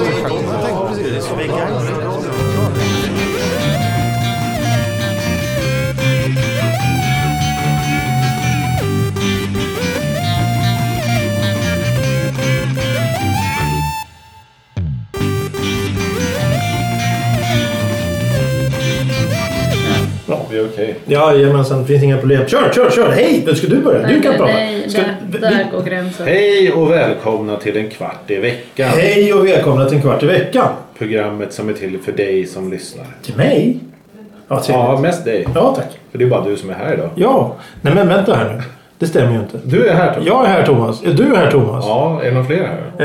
Det är okej. Ja, jajamensan, det finns inga problem. Kör! Hej, ska du börja? Du kan prata. Där går gränsen. Hej och välkomna till en kvart i veckan. Hej och välkomna till en kvart i veckan. Programmet som är till för dig som lyssnar. Till mig? Ja, mest dig. Ja, tack. För det är bara du som är här idag. Ja, nej men vänta här nu. Det stämmer ju inte. Du är här, Thomas. Jag är här, Thomas. Är du här, Thomas? Ja, är det någon fler här?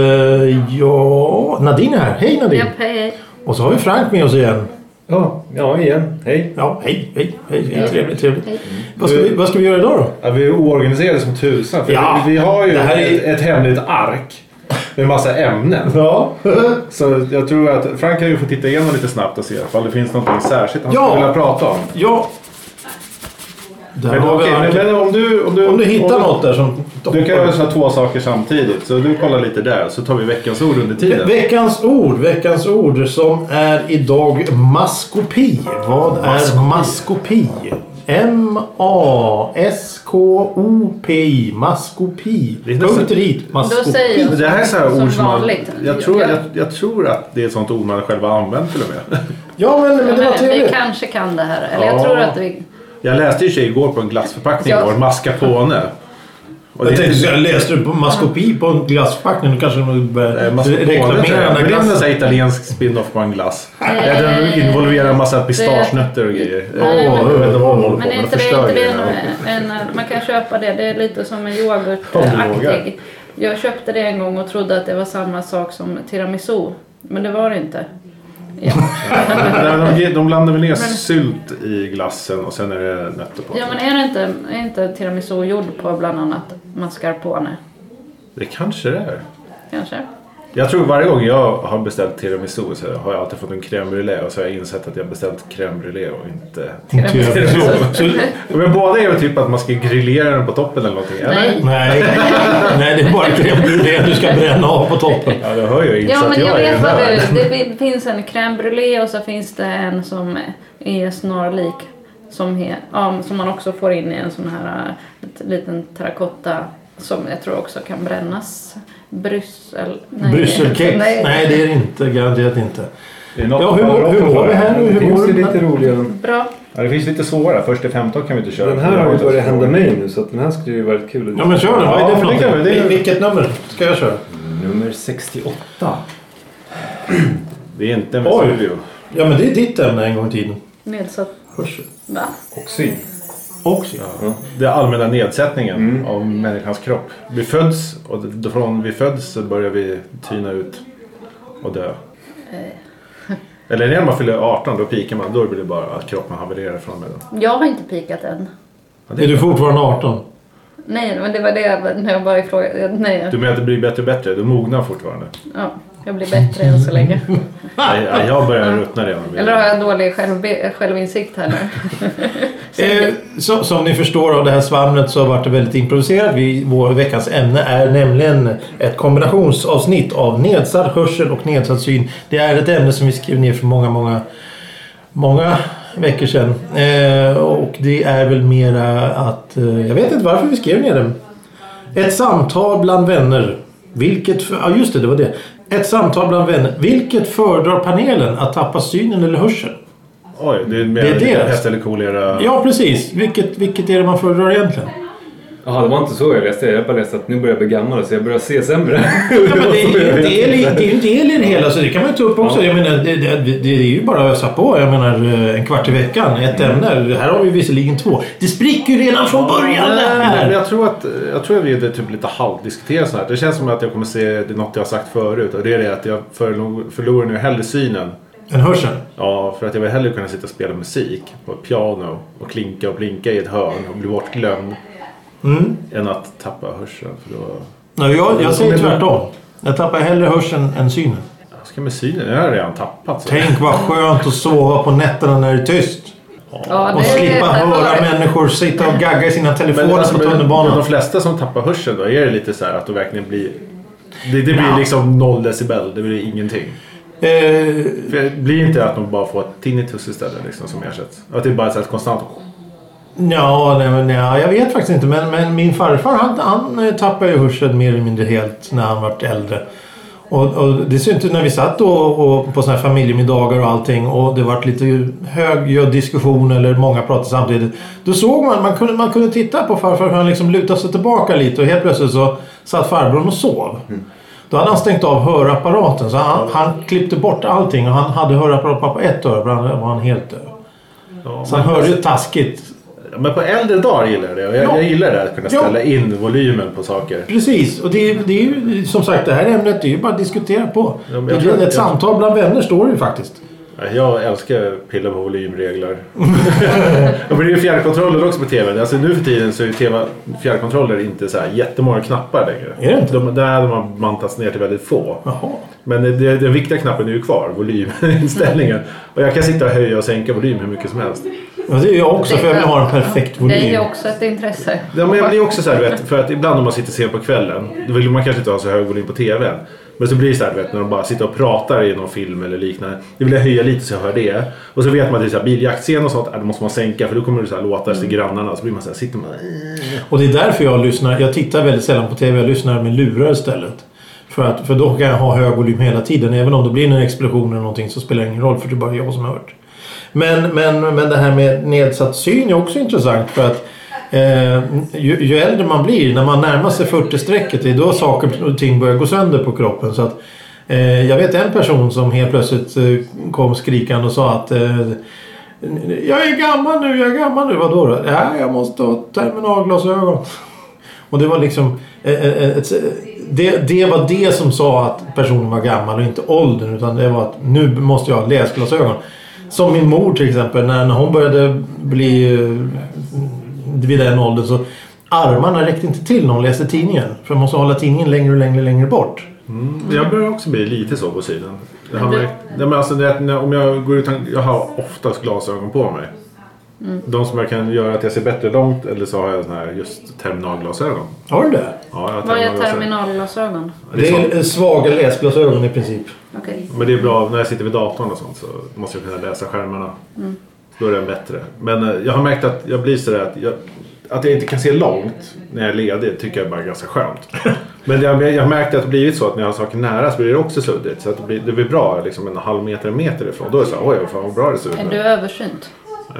Ja, Nadine är här. Hej Nadine. Japp, hej. Och så har vi Frank med oss igen. Ja, igen. Hej. Ja, hej. Trevligt. Hej. Vad ska vi göra idag då? Ja, vi är oorganiserade som tusan. För Ja, vi har ju det här är... ett hemligt ark med massa ämnen. Ja. Så jag tror att Frank kan ju få titta igenom lite snabbt och se ifall det finns något särskilt han skulle vilja prata om. Ja. Men om du hittar något där som... Du kan göra så två saker samtidigt. Så du kollar lite där så tar vi veckans ord under tiden. Veckans ord som är idag maskopi. Vad är maskopi? M-A-S-K-O-P-I. Maskopi. Punkt hit. Maskopi. Det här är så här ord som man, vanligt. jag tror att det är ett sånt ord man själv har använt till och med. Ja, men det var trevligt. Vi kanske kan det här. Eller jag tror att vi... Jag läste ju igår på en glassförpackning och en mascarpone. Jag tänkte jag läste du på maskopi på en glassförpackning och kanske reklamera den glassen. Det är en italiensk spin-off på en glass. Den involverar en massa pistagenötter och grejer. Men inte man kan köpa det. Det är lite som en yoghurtaktig. Jag köpte det en gång och trodde att det var samma sak som tiramisu. Men det var det inte. Ja. De blandar väl ner sylt i glassen och sen är det nötter på. Ja, men är inte tiramisu gjord på bland annat mascarpone? Det kanske det är. Kanske. Jag tror varje gång jag har beställt tiramisu så har jag alltid fått en crème brûlée och så har jag insett att jag beställt crème brûlée och inte tiramisu. Men båda är ju typ att man ska grillera den på toppen eller någonting. Nej, det är bara crème brûlée du ska bränna av på toppen. Ja, det hör jag inte. Ja, men jag vet vad det finns en crème brûlée och så finns det en som är snarlik som man också får in i en sån här liten terrakotta som jag tror också kan brännas. Brysselkex? Nej, det är det inte. Garanterat inte. Hur mår vi här nu? Det finns ju lite roligare. Bra. Ja, det finns lite svårare. Först till 15 kan vi inte köra. Den här har ju börjat hända mig nu så att den här skulle ju varit kul. Ja, men kör den. Vad är det för någonting? Vilket nummer ska jag köra? Nummer 68. Det är inte med studio. Ja, men det är ditt ämne en gång i tiden. Nedsatt. Hörsel. Va? Och syn. Ja. Det är allmänna nedsättningen av människans kropp. Vi föds och från vi föds så börjar vi tyna ut och dö. Eller när man fyller 18 då pikar man. Då blir det bara att kroppen havererar från med den. Jag har inte pikat än. Är du fortfarande 18? Nej, men det var det när jag bara ifrågade. Nej. Du menar att det blir bättre och bättre? Du mognar fortfarande? Ja, jag blir bättre än så länge. Nej, jag börjar ruttna redan. Eller har jag dålig självinsikt här nu? Som ni förstår av det här svamlet så har varit det väldigt improviserat. Vår veckans ämne är nämligen ett kombinationsavsnitt av nedsatt hörsel och nedsatt syn. Det är ett ämne som vi skrev ner för många veckor sedan. Och det är väl mera att... jag vet inte varför vi skrev ner det. Ett samtal bland vänner. Just det var det. Ett samtal bland vänner. Vilket föredrar panelen? Att tappa synen eller hörseln? Oj, det är häst eller kolera. Ja, precis. Vilket är det man föredrar egentligen? Jaha, det var inte så jag läste. Jag bara läste att nu börjar jag bli gammal så jag börjar se sämre. Ja, men det är ju en del i det hela så det kan man ju ta upp också. Ja. Jag menar, det är ju bara att ösa på. Jag menar, en kvart i veckan, ett ämne. Här har vi visserligen 2. Det spricker ju redan från början. Nej, jag tror att vi är typ lite halvdiskuterat så här. Det känns som att jag kommer se det något jag har sagt förut. Och det är det att jag förlorar nu hellre synen. En hörsel? Ja, för att jag vill hellre kunna sitta och spela musik på ett piano och klinka och blinka i ett hörn och bli bortglömd. Än att tappa hörseln. För då... Nej, jag säger tvärtom. Jag tappar hellre hörseln än synen. Jag ska med synen, jag har redan tappat. Så. Tänk vad skönt att sova på nätterna när det är tyst. Ja, och slippa höra människor sitta och gagga i sina telefoner på tunnelbanan. Men de flesta som tappar hörseln då är det lite så här att de verkligen blir Det blir liksom 0 decibel. Det blir ingenting. För det blir inte att de bara får tinnitus istället liksom, som ersätts. Att det är bara så ett konstant... Ja, jag vet faktiskt inte. Men min farfar han tappade ju hörseln mer eller mindre helt när han var äldre. Och det ser inte när vi satt och på såna här familjemiddagar och allting och det var lite högljudd diskussion eller många pratade samtidigt. Då såg man kunde titta på farfar hur han liksom lutade sig tillbaka lite och helt plötsligt så satt farbrorn och sov. Då hade han stängt av hörapparaten så han klippte bort allting och han hade hörapparat på ett öra, för han var han helt död. Ja, så han hörde ju taskigt. Men på äldre dagar gillar jag det. Jag gillar det att kunna ställa in volymen på saker. Precis, och det är ju som sagt det här ämnet är ju bara att diskutera på. Ett samtal bland vänner står det ju faktiskt. Jag älskar pilla på volymregler. Och det är ju fjärrkontroller också på tv. Alltså nu för tiden så är ju fjärrkontroller inte så här jättemånga knappar längre. Är det inte? Där hade man mantats ner till väldigt få. Jaha. Men den viktiga knappen är ju kvar, volyminställningen. Och jag kan sitta och höja och sänka volym hur mycket som helst. Ja, det är jag också för jag vill ha en perfekt volym. Det är ju också ett intresse. Ja, men jag blir också så här, vet, för att ibland om man sitter sen på kvällen, då vill man kanske inte ha så hög volym på tv. Men så blir det så här, vet, när de bara sitter och pratar i någon film eller liknande. Det vill jag höja lite så jag hör det. Och så vet man att det är så här biljaktscen och sånt, då måste man sänka för då kommer det så här låta till grannarna. Så blir man så här, sitter man... Och det är därför jag tittar väldigt sällan på tv, jag lyssnar med lurar istället. För då kan jag ha hög volym hela tiden. Även om det blir en explosion eller någonting så spelar det ingen roll för det är bara jag som har hört. Men det här med nedsatt syn är också intressant för att ju äldre man blir, när man närmar sig 40-strecket, det är då saker och ting börjar gå sönder på kroppen. Så att, jag vet en person som helt plötsligt kom skrikande och sa att jag är gammal nu, vadå då? Ja, jag måste ha terminalglasögon. Och det var liksom det var det som sa att personen var gammal och inte åldern, utan det var att nu måste jag ha läsglasögon. Som min mor till exempel, när hon började bli vid den åldern så armarna räckte inte till när hon läste tidningen. För man måste hålla tidningen längre bort. Jag börjar också bli lite så på sidan. Om jag går ut, jag har oftast glasögon på mig. De som jag kan göra att jag ser bättre långt, eller så har jag sån här just terminalglasögon. Har du det? Ja, jag har Vad är terminalglasögon? Det är svaga läsglasögon i princip. Okay. Men det är bra när jag sitter vid datorn och sånt så måste jag kunna läsa skärmarna. Då är det bättre. Men jag har märkt att jag blir sådär att jag inte kan se långt när jag är ledig tycker jag bara är ganska skönt. Men jag har märkt att det blivit så att när jag har saker nära så blir det också suddigt. Så att det blir bra liksom en halv meter ifrån. Då är det så här, oj fan vad bra det ser ut. Är du översynt?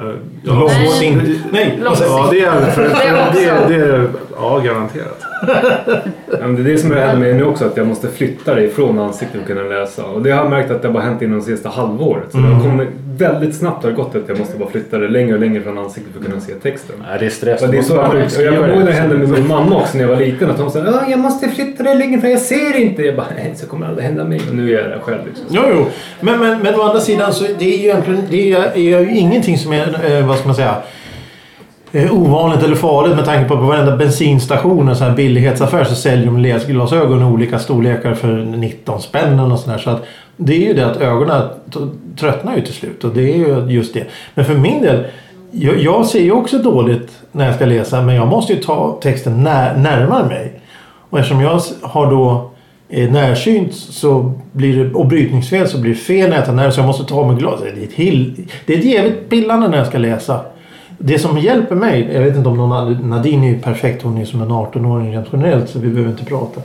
Nej. Ja, det är ja, garanterat. Men det är det som händer med nu också, att jag måste flytta det ifrån ansiktet och kunna läsa. Och det har jag märkt att det har bara hänt inom det senaste halvåret. Så det har kommit väldigt snabbt har gått att jag måste bara flytta det längre och längre från ansiktet för att kunna se texten. Nej, det är stress. Och det är så jag kommer ihåg när det hände med min mamma också när jag var liten. Att hon sa, jag måste flytta det längre för jag ser inte. Jag bara, nej, så kommer det aldrig hända mig. Och nu är jag det själv liksom. Jo. Men å andra sidan så det är ju egentligen det är ju ingenting som är, vad ska man säga, ovanligt eller farligt med tanke på varenda bensinstation och så här billighetsaffär så säljer de läsglasögon i olika storlekar för 19 spänn och sådär. Så att det är ju det att ögonen tröttnar ju till slut och det är ju just det. Men för min del, jag ser ju också dåligt när jag ska läsa, men jag måste ju ta texten närmare mig. Och eftersom jag har då närsynt så blir det, och brytningsfel så blir det fel när jag tar när, så jag måste ta med glas. Det är ett jävligt pillande när jag ska läsa. Det som hjälper mig, jag vet inte om någon, Nadine är ju perfekt, hon är som en 18-åring rent generellt så vi behöver inte prata.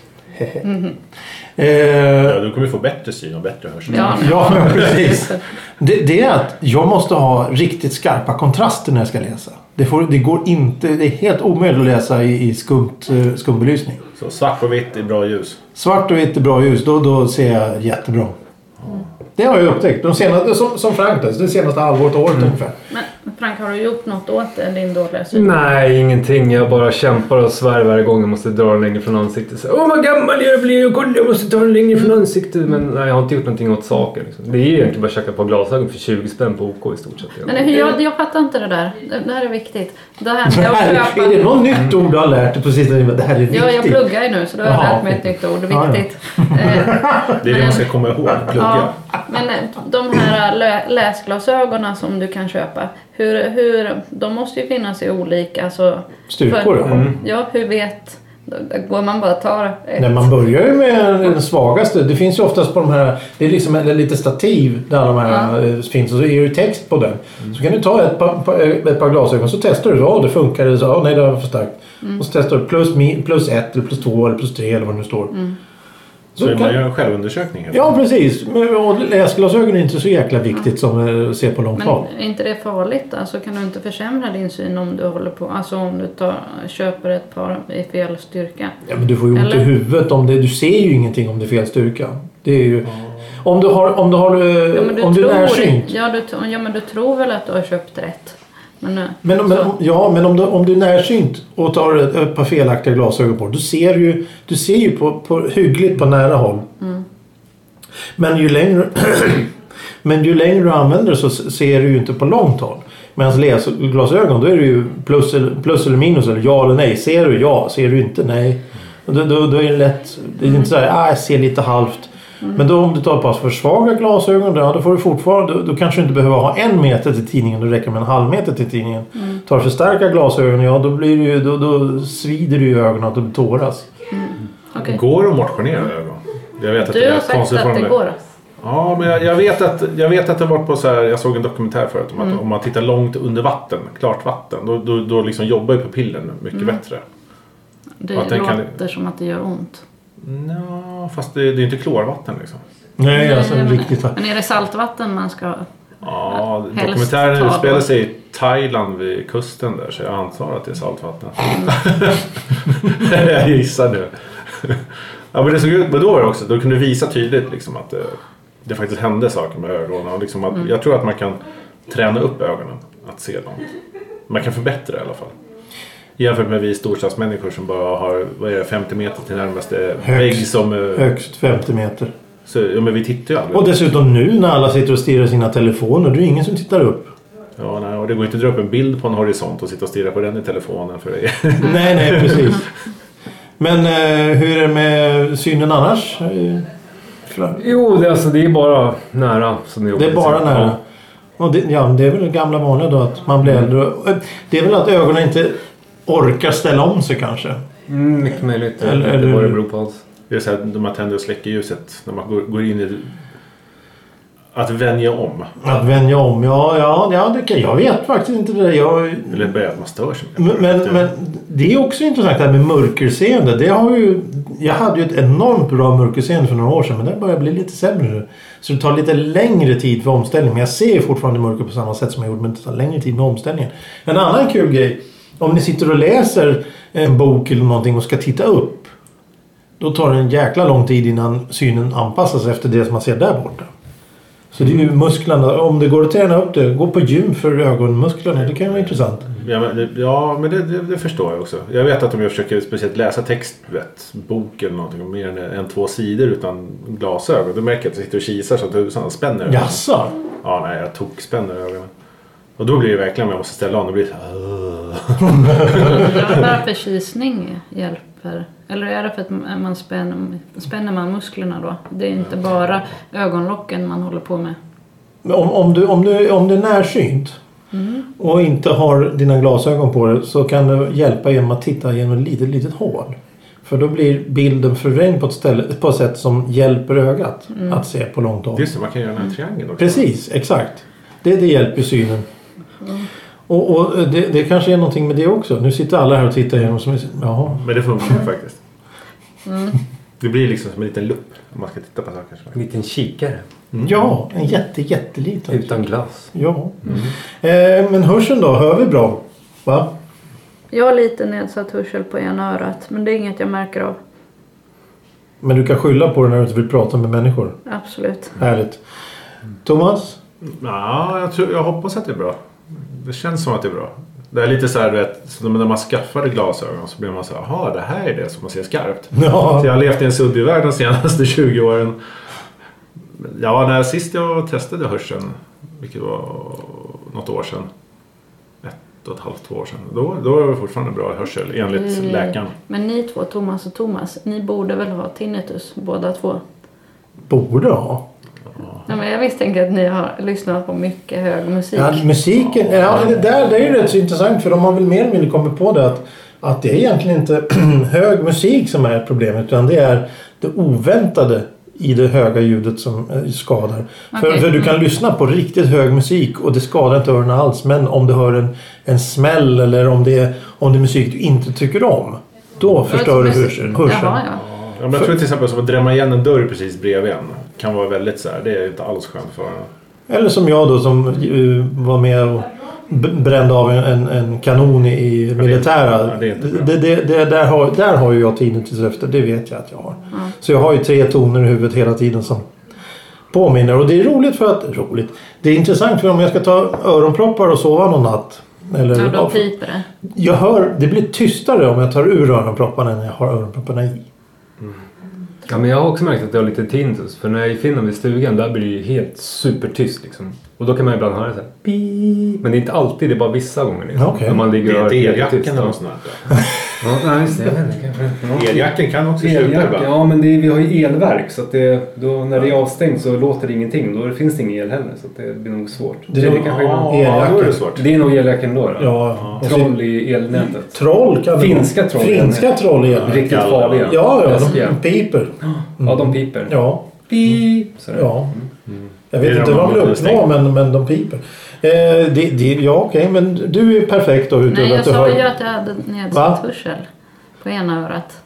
Du kommer få bättre syn och bättre hörsel. Ja, precis. Det är att jag måste ha riktigt skarpa kontraster när jag ska läsa. Det går inte, det är helt omöjligt att läsa i skumbelysning. Så svart och vitt i bra ljus. Svart och vitt i bra ljus, då ser jag jättebra. Det har jag upptäckt. De senaste, som Frank, det senaste halvåret och året ungefär. Men Frank, har du gjort något åt din dåliga syn? Nej, ingenting. Jag bara kämpar och svär varje gång jag måste dra den längre från ansiktet. Vad gammal jag blir och jag måste ta den längre från ansiktet. Men nej, jag har inte gjort någonting åt saken. Liksom. Det är egentligen bara att köpa på glasögon för 20 spänn på OK i stort sett. Men jag fattar inte det där. Det här är viktigt. Det här är det något nytt ord du har lärt dig på sistone? Det här är viktigt. Ja, jag pluggar ju nu så då har jag lärt mig ett nytt ord. Viktigt. Det är det man ska komma ihåg. Plugga. Ja, men de här läsglasögonen som du kan köpa, de måste ju finnas i olika styrkor. Ja, hur vet Då går man bara tar ett. Nej, man börjar ju med den svagaste. Det finns ju oftast på de här, det är liksom lite stativ där de här finns och så är det ju text på den. Så kan du ta ett par glasögon så testar du, det funkar, eller så, nej det var för starkt. Och så testar du plus 1 eller plus 2 eller plus 3 eller vad det nu står. Så man gör en självundersökning? Ja, precis. Och läsglasögon är inte så jäkla viktigt som att se på långt håll. Men är inte det farligt? Alltså kan du inte försämra din syn om du håller på, alltså om du köper ett par i fel styrka? Ja, men du får ju ont i huvudet om det. Du ser ju ingenting om det är fel styrka. Det är ju... Om du är närsynt. Ja, men du tror väl att du har köpt rätt? Men om du är närsynt och tar ett par felaktiga glasögon på, du ser ju på hyggligt på nära håll. Men ju längre du använder så ser du ju inte på långt håll. Medan läsglasögon, då är det ju plus eller minus eller ja eller nej. Ser du ja, ser du inte nej. Då är det lätt, det är inte så här, jag ser lite halvt. Men då om du tar på för svaga glasögon, då får du fortfarande, då kanske du inte behöver ha 1 meter till tidningen, då räcker med 1/2 meter till tidningen. Tar du för starka glasögon, då blir det ju, då svider du i ögonen att du tåras. Okay. Går det att motionera ögon? Jag vet att du har sagt att det går. Ja, men jag vet att det var på så här, jag såg en dokumentär förut om att om man tittar långt under vatten, klart vatten, då liksom jobbar ju pupillen mycket bättre. Det låter som att det gör ont. Ja, fast det är inte klorvatten liksom. Nej, alltså riktigt. Men är det saltvatten man ska... Ja, dokumentären utspelar sig i Thailand vid kusten där, så jag antar att det är saltvatten. Jag gissar nu. Ja, men det såg ut, men då var det också, då kunde du visa tydligt liksom att det faktiskt hände saker med ögonen. Och liksom att, jag tror att man kan träna upp ögonen att se dem. Man kan förbättra i alla fall. Jämfört med vi storstadsmänniskor som bara har 50 meter till närmaste vägg som... Högst 50 meter. Så, ja, men vi tittar ju aldrig. Och dessutom nu när alla sitter och stirrar sina telefoner, det är ingen som tittar upp. Ja, nej, och det går inte att dra upp en bild på en horisont och sitta och stirra på den i telefonen för dig. nej, precis. Men hur är det med synen annars? Jo, det är bara nära. Det är bara nära. Ja. Och det är väl det gamla vanliga då att man blir äldre. Det är väl att ögonen inte orkar ställa om sig kanske. Mycket möjligt. Eller vad det beror på alls. Det är så att man tänder och släcker ljuset när man går in i att vänja om. Att vänja om, ja det kan jag vet faktiskt inte det. Eller börjar att man stör sig. Men det är också intressant det här med mörkerseende. Jag hade ju ett enormt bra mörkerseende för några år sedan, men det börjar bli lite sämre nu. Så det tar lite längre tid för omställning. Men jag ser fortfarande mörker på samma sätt som jag gjorde, men det tar längre tid med omställningen. En annan kul grej, om ni sitter och läser en bok eller någonting och ska titta upp, då tar det en jäkla lång tid innan synen anpassas efter det som man ser där borta. Så det är ju musklerna, om det går att träna upp det, gå på gym för ögonmusklerna, det kan vara intressant. Ja, men det förstår jag också. Jag vet att om jag försöker speciellt läsa bok eller någonting mer än 2 sidor utan glasögon, då märker jag att jag sitter och kisar så att husen spänner ögonen. Jaså? Ja, nej, jag spänner ögonen. Och då blir det verkligen om jag måste ställa om, då blir det varför kisning hjälper? Eller är det för att man spänner man musklerna då? Det är inte bara ögonlocken man håller på med. Om du är närsynt och inte har dina glasögon på dig, så kan det hjälpa genom att titta genom ett litet hål. För då blir bilden förvrängd på ett sätt som hjälper ögat att se på långt håll. Just det, man kan göra den här triangeln också. Precis, exakt. Det hjälper synen. Och det kanske är någonting med det också. Nu sitter alla här och tittar igenom som jaha. Men det funkar faktiskt. Det blir liksom som en liten lupp om man ska titta på saker. En liten kikare. Ja, en jätteliten. Utan glas. Ja. Men hörseln då, hör vi bra? Va? Jag har lite nedsatt hörsel på ena örat, men det är inget jag märker av. Men du kan skylla på det när du inte vill prata med människor? Absolut. Härligt. Thomas? Ja, jag hoppas att det är bra. Det känns som att det är bra. Det är lite så här, när man skaffade glasögon så blir man så här, jaha, det här är det som man ser skarpt. Ja. Så jag har levt i en suddig värld de senaste 20 åren. Ja, när sist jag testade hörseln, vilket var något år sedan, 1,5-2 år sedan, då var det fortfarande bra hörsel enligt läkaren. Men ni två, Thomas och Thomas, ni borde väl ha tinnitus båda två? Borde ha? Ja, men jag misstänker att ni har lyssnat på mycket hög musik. Ja, musiken, det är ju rätt så intressant, för de har väl mer eller mindre kommit på det att att det är egentligen inte hög musik som är problemet, utan det är det oväntade i det höga ljudet som skadar. Okay. För du kan lyssna på riktigt hög musik och det skadar inte öronen alls, men om du hör en smäll eller om det är musik du inte tycker om, då förstör du hörseln. Ja, men jag tror till exempel som att drämma igen en dörr precis bredvid en kan vara väldigt så här, det är inte alls skönt för en. Eller som jag då som var med och brände av en kanon i militära. Där har ju jag tinnitus efter, det vet jag att jag har. Så jag har ju 3 toner i huvudet hela tiden som påminner. Och det är roligt det är intressant för om jag ska ta öronproppar och sova någon natt. Eller, då piper det. Jag hör, det blir tystare om jag tar ur öronpropparna än när jag har öronpropparna i. Ja, men jag har också märkt att jag har lite tinnitus. För när jag är i Finland i stugan, där blir det ju helt supertyst liksom. Och då kan man ibland höra så här. Beep. Men det är inte alltid, det är bara vissa gånger liksom. Okay. När man ligger och hör eljacken eller något sånt där. Ja, just det. Eljacken kan också sluta ibland. Ja, men vi har ju elverk. Så att då, när det är avstängt så låter det ingenting. Då finns det ingen el heller. Så att det blir nog svårt. Det är det svårt. Det är nog eljacken då. Ja. Troll i elnätet. Troll kan Finska troll. Finska troll i elnätet. Riktigt farliga. Ja, de piper. Ja, de piper. Ja. Pip. Ja. Jag vet inte vad de uppnår, men de piper. Okej, men du är perfekt då. Nej, jag sa ju att jag hade nedsatt hörsel på ena örat.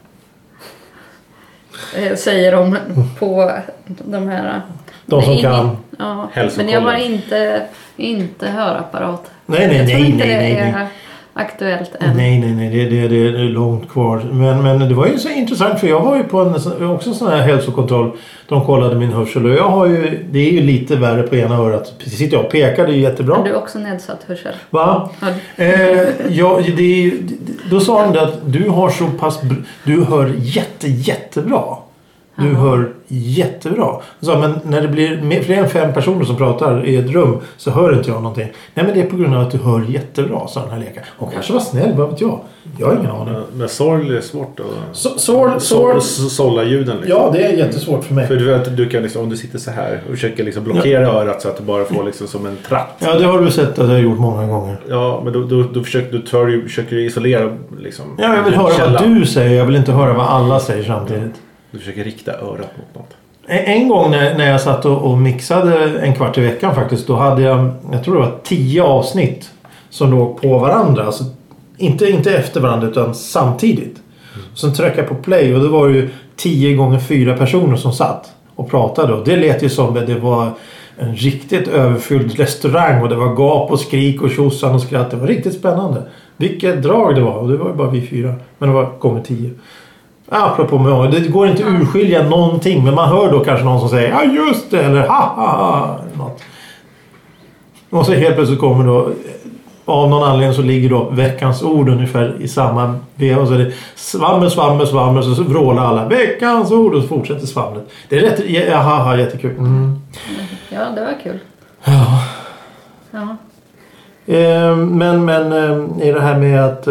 Säger de på de här... De som kan. Ja, men jag har inte hörapparat. Nej. Jag tror inte det är aktuellt än. Nej, det är långt kvar. Men det var ju så intressant för jag var ju på också en sån här hälsokontroll. De kollade min hörsel och det är ju lite värre på ena örat. Precis, sitter jag och pekar, det är jättebra. Har du också nedsatt hörsel? Va? Då sa de att du har så pass... Du hör jättebra. Du hör jättebra. Så, men när det blir fler än 5 personer som pratar i ett rum så hör inte jag någonting. Nej, men det är på grund av att du hör jättebra, sa den här läkaren. Och kanske var snäll, vad vet jag. Jag har ingen aning. Men sorl är svårt att... Sålla ljuden liksom. Ja, det är jättesvårt för mig. För du vet, du kan liksom, om du sitter så här och försöker liksom blockera örat så att du bara får liksom som en tratt. Ja, det har du sett att jag har gjort många gånger. Ja, men då försöker du isolera liksom. Ja, jag vill höra vad du säger. Jag vill inte höra vad alla säger samtidigt. Du försöker rikta örat mot något. En gång när jag satt och mixade en kvart i veckan faktiskt, då hade jag tror det var 10 avsnitt som låg på varandra. Alltså, inte efter varandra utan samtidigt. Sen tryckte jag på play och det var ju 10 gånger 4 personer som satt och pratade. Och det lät ju som att det var en riktigt överfylld restaurang och det var gap och skrik och tjossan och skratt. Det var riktigt spännande. Vilket drag det var, och det var ju bara vi 4. Men det var gånger 10. Apropå mig, det går inte att urskilja någonting, men man hör då kanske någon som säger ja just det, eller ha något. Och så helt plötsligt kommer då av någon anledning så ligger då veckans ord ungefär i samma veva och så är det svammel så vrålar alla veckans ord och så fortsätter svamlet. Det är rätt jättekul. Ja, det var kul. Ja. Men är det här med att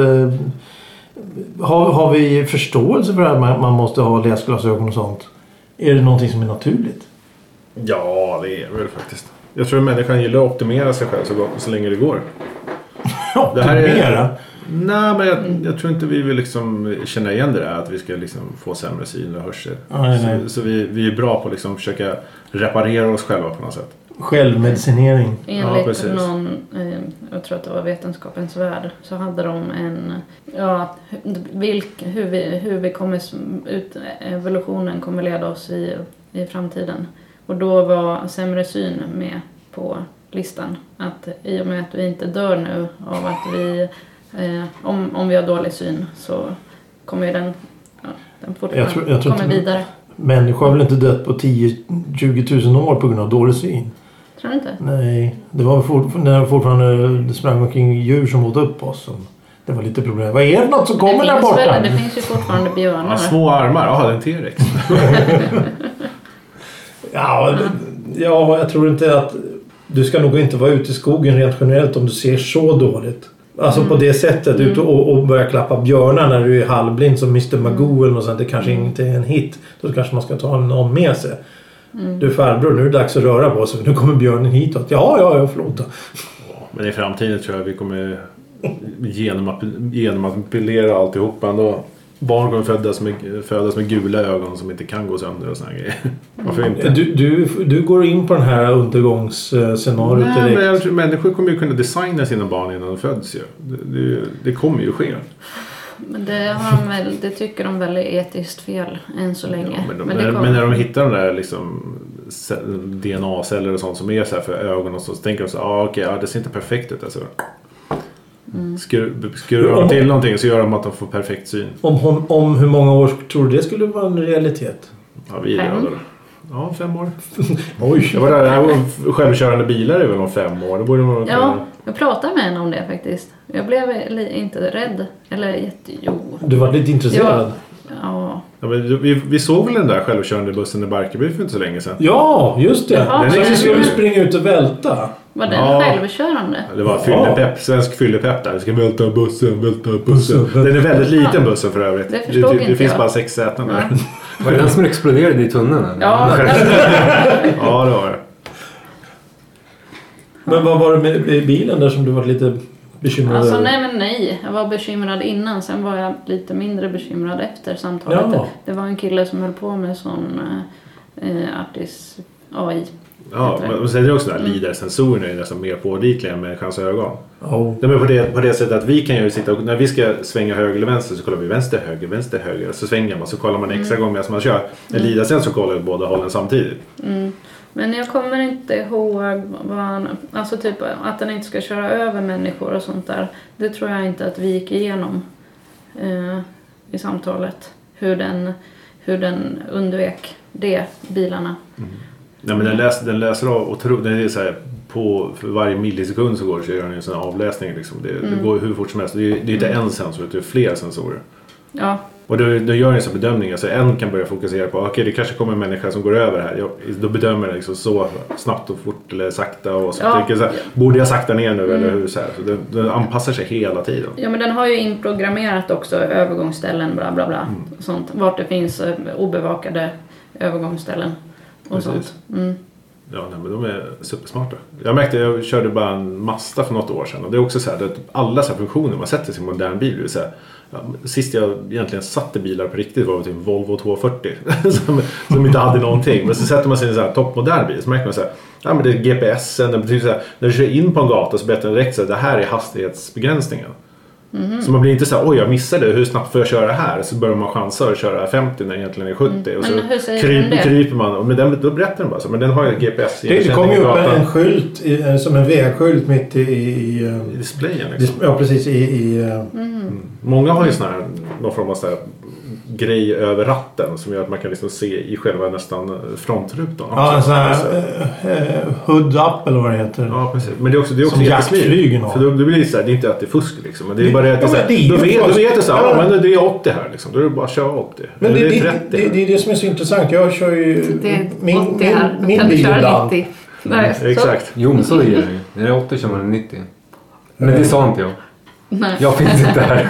har vi förståelse för att man måste ha läsglasögon och sånt? Är det någonting som är naturligt? Ja, det är väl faktiskt. Jag tror att människan gillar att optimera sig själv så länge det går. Optimera? Nej, men jag tror inte vi vill liksom känna igen det där att vi ska liksom få sämre syn och hörsel. Så vi är bra på att liksom försöka reparera oss själva på något sätt. Självmedicinering. Enligt någon, jag tror att det var Vetenskapens värld, så hade de hur vi kommer ut, evolutionen kommer leda oss i framtiden. Och då var sämre syn med på listan. Att i och med att vi inte dör nu av att vi, om vi har dålig syn så kommer ju den fortfarande jag tror kommer vidare. Människor har väl inte dött på 10-20 000 år på grund av dålig syn? Tror du inte? Nej, det var fortfarande det sprang omkring djur som åt upp oss. Det var lite problem. Vad är det något som kommer där borta? Det finns ju fortfarande björnar. Ja, små armar. Ja, det är en T-rex. Ja, jag tror inte att du ska nog inte vara ute i skogen rent generellt om du ser så dåligt. Alltså på det sättet ut och börja klappa björnar när du är halvblind som Mr. Magoo eller något sånt. Det kanske inte är en hit. Då kanske man ska ta någon med sig. Du farbror, nu är det dags att röra på sig. Nu kommer björnen hitåt. Ja, förlåt då. Men i framtiden tror jag vi kommer genmanipulera alltihopa ändå. Barn kommer födas med gula ögon som inte kan gå sönder och såna grejer. Varför inte? Du går in på den här undergångsscenariot direkt. Nej, men jag tror människor kommer ju kunna designa sina barn innan de föds ju. Det kommer ju ske. Men det tycker de väl är etiskt fel än så länge. Ja, men när de hittar de där liksom DNA-celler och sånt som är så här för ögonen så tänker de så det ser inte perfekt ut alltså. Skruvar de till någonting så gör de att de får perfekt syn. Om hur många år tror du det skulle vara en realitet? Ja, vi är döda. Ja, 5 år. Oj. Det var självkörande bilar är väl om 5 år. Då borde man jag pratade med henne om det faktiskt. Jag blev inte rädd. Eller Du var lite intresserad? Ja. Men vi såg väl den där självkörande bussen i Barkarby för inte så länge sedan. Ja, just det. Den skulle springa ut och välta. Var den självkörande? Det var fyllepepp, svensk fyllepepp där. Vi ska välta bussen. Den är väldigt liten bussen för övrigt. Det förstod inte det finns bara 6 säten där. Var det den som exploderade i tunneln? Ja. Ja, det var det. Men vad var det med bilen där som du var lite bekymrad alltså, över? Nej. Jag var bekymrad innan. Sen var jag lite mindre bekymrad efter samtalet. Ja. Det var en kille som höll på med sån Artis AI. Ja, men sen är det också där LIDAR-sensorerna är nästan mer pålitliga än människans ögon. Oh. De är på det sättet att vi kan ju sitta och, när vi ska svänga höger eller vänster så kollar vi vänster, höger. Så svänger man så kollar man extra gånger medan man kör. En LIDAR-sensor kollar båda hållen samtidigt. Men jag kommer inte ihåg alltså typ att den inte ska köra över människor och sånt där. Det tror jag inte att vi gick igenom i samtalet. Hur den undvek det, bilarna. Nej, men den läser av och den är så här, för varje millisekund så går det så gör den en sån avläsning liksom. Det går hur fort som helst. Det är inte en sensor, det är flera sensorer. Ja. Och då gör en sån bedömning. Alltså en kan börja fokusera på det kanske kommer en människa som går över här. Då bedömer den liksom så snabbt och fort eller sakta. Och så tänker så här, borde jag sakta ner nu eller hur? Så här. Så den anpassar sig hela tiden. Ja, men den har ju inprogrammerat också övergångsställen bla bla bla. Sånt, vart det finns obevakade övergångsställen. Och sånt. Ja, men de är supersmarta. Jag körde bara en Mazda för något år sedan. Och det är också så här att alla så här funktioner man sätter sig i en modern bil. Det är så här, sist jag egentligen satte bilar på riktigt var det typ Volvo 240. som inte hade någonting. Men så sätter man sig i en så här toppmodern bil. Så märker man så här, men det är GPSen. Det betyder så här, när du kör in på en gata så berättar den direkt så här, det här är hastighetsbegränsningen. Så man blir inte så här, jag missade, hur snabbt får jag köra här? Så börjar man chansa att köra 50 när det egentligen är 70. Och så kryper man. Men då berättar den bara så. Men den har ju GPS. Det kommer ju upp en skylt, som en vägskylt mitt i displayen. Liksom. Ja, precis. Många har ju sån här, någon form av så här grej över ratten som gör att man kan liksom se i själva nästan frontrutan. Ja, en sån här hood-up eller vad det heter. Ja, precis. Men det är också jättesmidigt. För då blir det så här, det är inte att det är fusk liksom. Men det är bara det att då vet du så här, men det är 80 här liksom. Då är det bara att köra 80. Men det är 30. Det är det som är så intressant. Jag kör ju min bil ibland. Nej, exakt. Jo, men så är det. När det är 80 kör man 90. Men det sa inte jag. Nej. Jag finns inte här.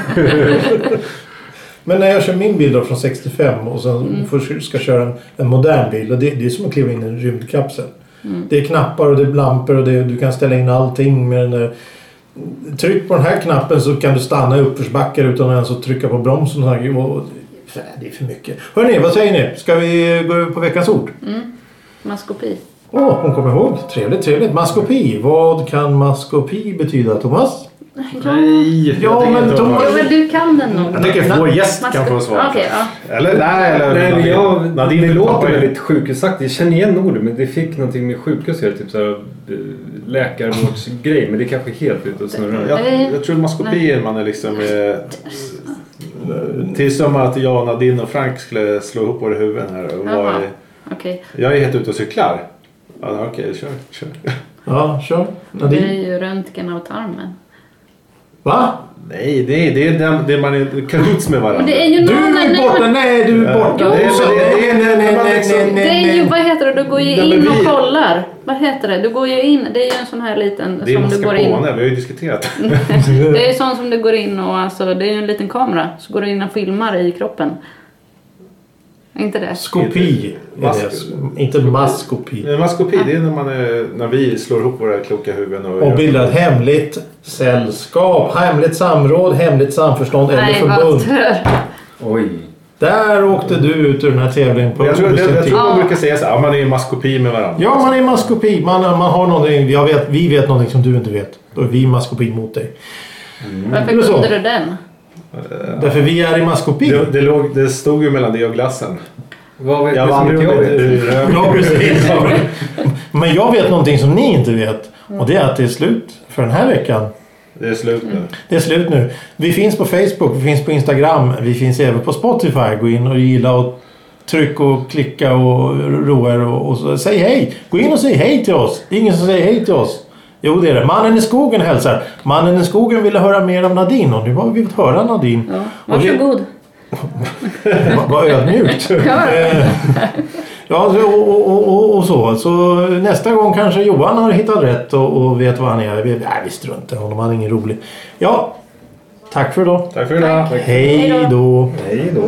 Men när jag kör min bil då från 65 och sen först ska köra en modern bil och det är som att kliva in i en rymdkapsel. Det är knappar och det är lampor och du kan ställa in allting med den där. Tryck på den här knappen så kan du stanna i uppförsbackar utan att ens trycka på bromsen. Och det är för mycket. Hörrni, vad säger ni? Ska vi gå på veckans ord? Maskopi. Hon kommer ihåg. Trevligt. Maskopi. Vad kan maskopi betyda, Thomas? Nej, men du kan den nog. Jag tycker vår gäst kan få svara. Okay, ja. Eller nej, det låter väldigt sjukhusakt. Jag känner igen ordet, men det fick någonting med sjukhus att göra, typ så här läkarvårdsgrej, men det är kanske helt ute och snurrar. Jag tror maskopi man är liksom till som att jag, Nadine och Frank skulle slå ihop våra huvuden här och jag är helt ute och cyklar. Ja, okej, kör. Ja, kör. Det är ju röntgen av tarmen. Va? Nej, det är det man är kahuts med varandra. Det är ju du är borta. Nej, du är borta. Det är ju, vad heter det? Du går ju in och kollar. Vad heter det? Du går ju in. Det är ju en sån här liten det är som du går in. vi har ju diskuterat. Det är ju sån som du går in och alltså, det är ju en liten kamera. Så går du in och filmar i kroppen. Inte det. Skopi. Inte maskopi. Maskopi, det är när vi slår ihop våra kloka huvuden. Och bildar ett hemligt sällskap, hemligt samråd, hemligt samförstånd eller förbund. Oj. Där åkte du ut ur den här tävlingen på jag tror man brukar säga så här, man är i maskopi med varandra. Ja, man är i maskopi. Man har någonting, vi vet någonting som du inte vet. Då är vi i maskopi mot dig. Varför kunde du den? Därför vi är i maskopi. Det stod ju mellan det och glassen. Vad vet jag du som inte jag vet? Ja, precis. Men jag vet någonting som ni inte vet. Och det är att det är slut för den här veckan. Det är slut nu. Det är slut nu. Vi finns på Facebook, vi finns på Instagram, vi finns även på Spotify. Gå in och gilla och tryck och klicka och roa er och säg hej. Gå in och säg hej till oss. Det är ingen som säger hej till oss. Jo, det är det. Mannen i skogen hälsar. Mannen i skogen ville höra mer av Nadine och nu har vi fått höra Nadine. Ja, varsågod. Vad ödmjukt. Ja, och så. Så nästa gång kanske Johan har hittat rätt och vet vad han är. Vi struntar honom, han är ingen rolig. Ja, tack för idag. Tack för idag. Hej då. Hej då.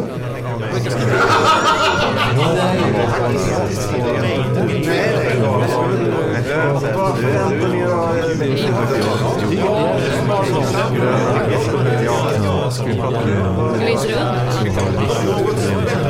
Ska vi inte runt?